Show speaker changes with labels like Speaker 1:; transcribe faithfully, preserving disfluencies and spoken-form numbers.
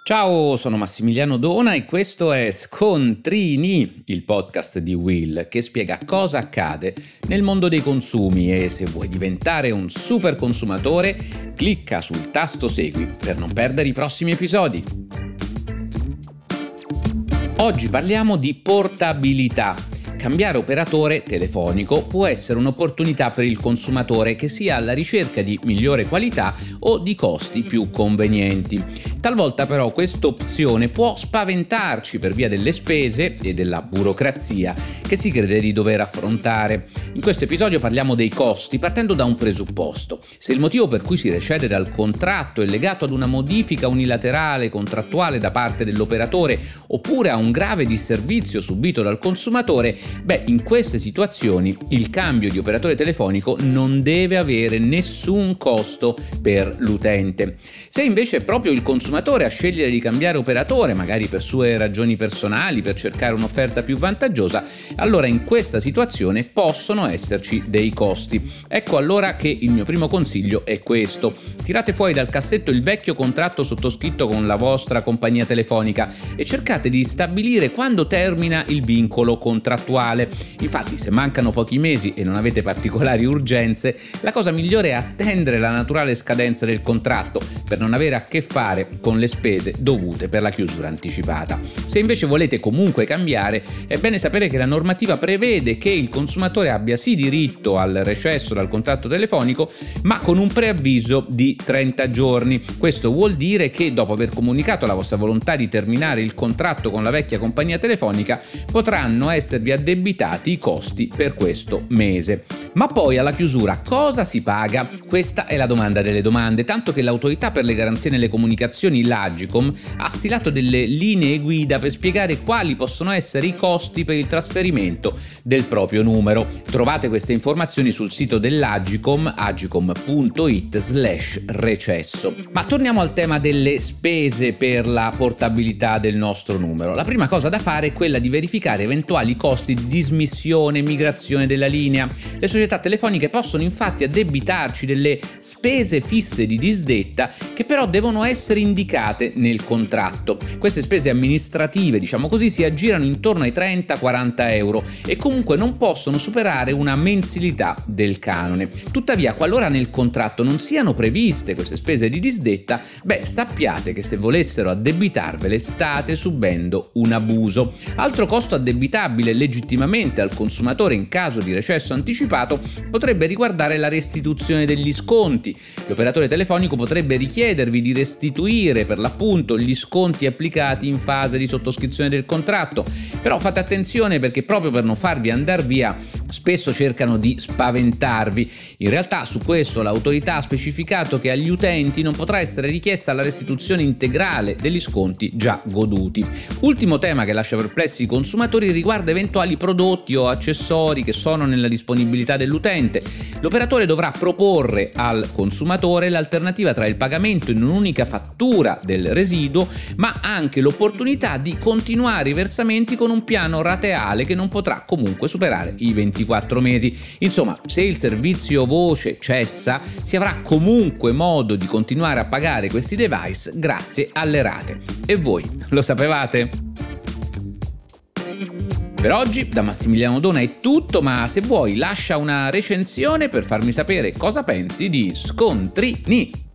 Speaker 1: Ciao, sono Massimiliano Dona e questo è Scontrini, il podcast di Will che spiega cosa accade nel mondo dei consumi e se vuoi diventare un super consumatore, clicca sul tasto segui per non perdere i prossimi episodi. Oggi parliamo di portabilità. Cambiare operatore telefonico può essere un'opportunità per il consumatore che sia alla ricerca di migliore qualità o di costi più convenienti. Talvolta però questa opzione può spaventarci per via delle spese e della burocrazia che si crede di dover affrontare. In questo episodio parliamo dei costi partendo da un presupposto. Se il motivo per cui si recede dal contratto è legato ad una modifica unilaterale contrattuale da parte dell'operatore oppure a un grave disservizio subito dal consumatore, beh, in queste situazioni il cambio di operatore telefonico non deve avere nessun costo per l'utente. Se invece è proprio il consumatore a scegliere di cambiare operatore, magari per sue ragioni personali, per cercare un'offerta più vantaggiosa, allora in questa situazione possono esserci dei costi. Ecco allora che il mio primo consiglio è questo: tirate fuori dal cassetto il vecchio contratto sottoscritto con la vostra compagnia telefonica e cercate di stabilire quando termina il vincolo contrattuale. Infatti, se mancano pochi mesi e non avete particolari urgenze, la cosa migliore è attendere la naturale scadenza del contratto per non avere a che fare con le spese dovute per la chiusura anticipata. Se invece volete comunque cambiare, è bene sapere che la normativa prevede che il consumatore abbia sì diritto al recesso dal contratto telefonico, ma con un preavviso di trenta giorni. Questo vuol dire che dopo aver comunicato la vostra volontà di terminare il contratto con la vecchia compagnia telefonica, potranno esservi addebitati i costi per questo mese. Ma poi alla chiusura cosa si paga? Questa è la domanda delle domande, tanto che l'autorità per le garanzie nelle comunicazioni, l'Agcom, ha stilato delle linee guida per spiegare quali possono essere i costi per il trasferimento del proprio numero. Trovate queste informazioni sul sito dell'Agcom, agcom punto it slash recesso. Ma torniamo al tema delle spese per la portabilità del nostro numero. La prima cosa da fare è quella di verificare eventuali costi di dismissione e migrazione della linea. Le società telefoniche possono infatti addebitarci delle spese fisse di disdetta che però devono essere indicate nel contratto. Queste spese amministrative, diciamo così, si aggirano intorno ai trenta quaranta euro e comunque non possono superare una mensilità del canone. Tuttavia, qualora nel contratto non siano previste queste spese di disdetta, beh, sappiate che se volessero addebitarvele state subendo un abuso. Altro costo addebitabile legittimamente al consumatore in caso di recesso anticipato potrebbe riguardare la restituzione degli sconti. L'operatore telefonico potrebbe richiedervi di restituire per l'appunto gli sconti applicati in fase di sottoscrizione del contratto, però fate attenzione perché proprio per non farvi andare via spesso cercano di spaventarvi. In realtà su questo l'autorità ha specificato che agli utenti non potrà essere richiesta la restituzione integrale degli sconti già goduti. Ultimo tema che lascia perplessi i consumatori riguarda eventuali prodotti o accessori che sono nella disponibilità dell'utente. L'operatore dovrà proporre al consumatore l'alternativa tra il pagamento in un'unica fattura del residuo, ma anche l'opportunità di continuare i versamenti con un piano rateale che non potrà comunque superare i ventiquattro mesi. Insomma, se il servizio voce cessa, si avrà comunque modo di continuare a pagare questi device grazie alle rate. E voi lo sapevate? Per oggi da Massimiliano Dona è tutto, ma se vuoi lascia una recensione per farmi sapere cosa pensi di Scontrini.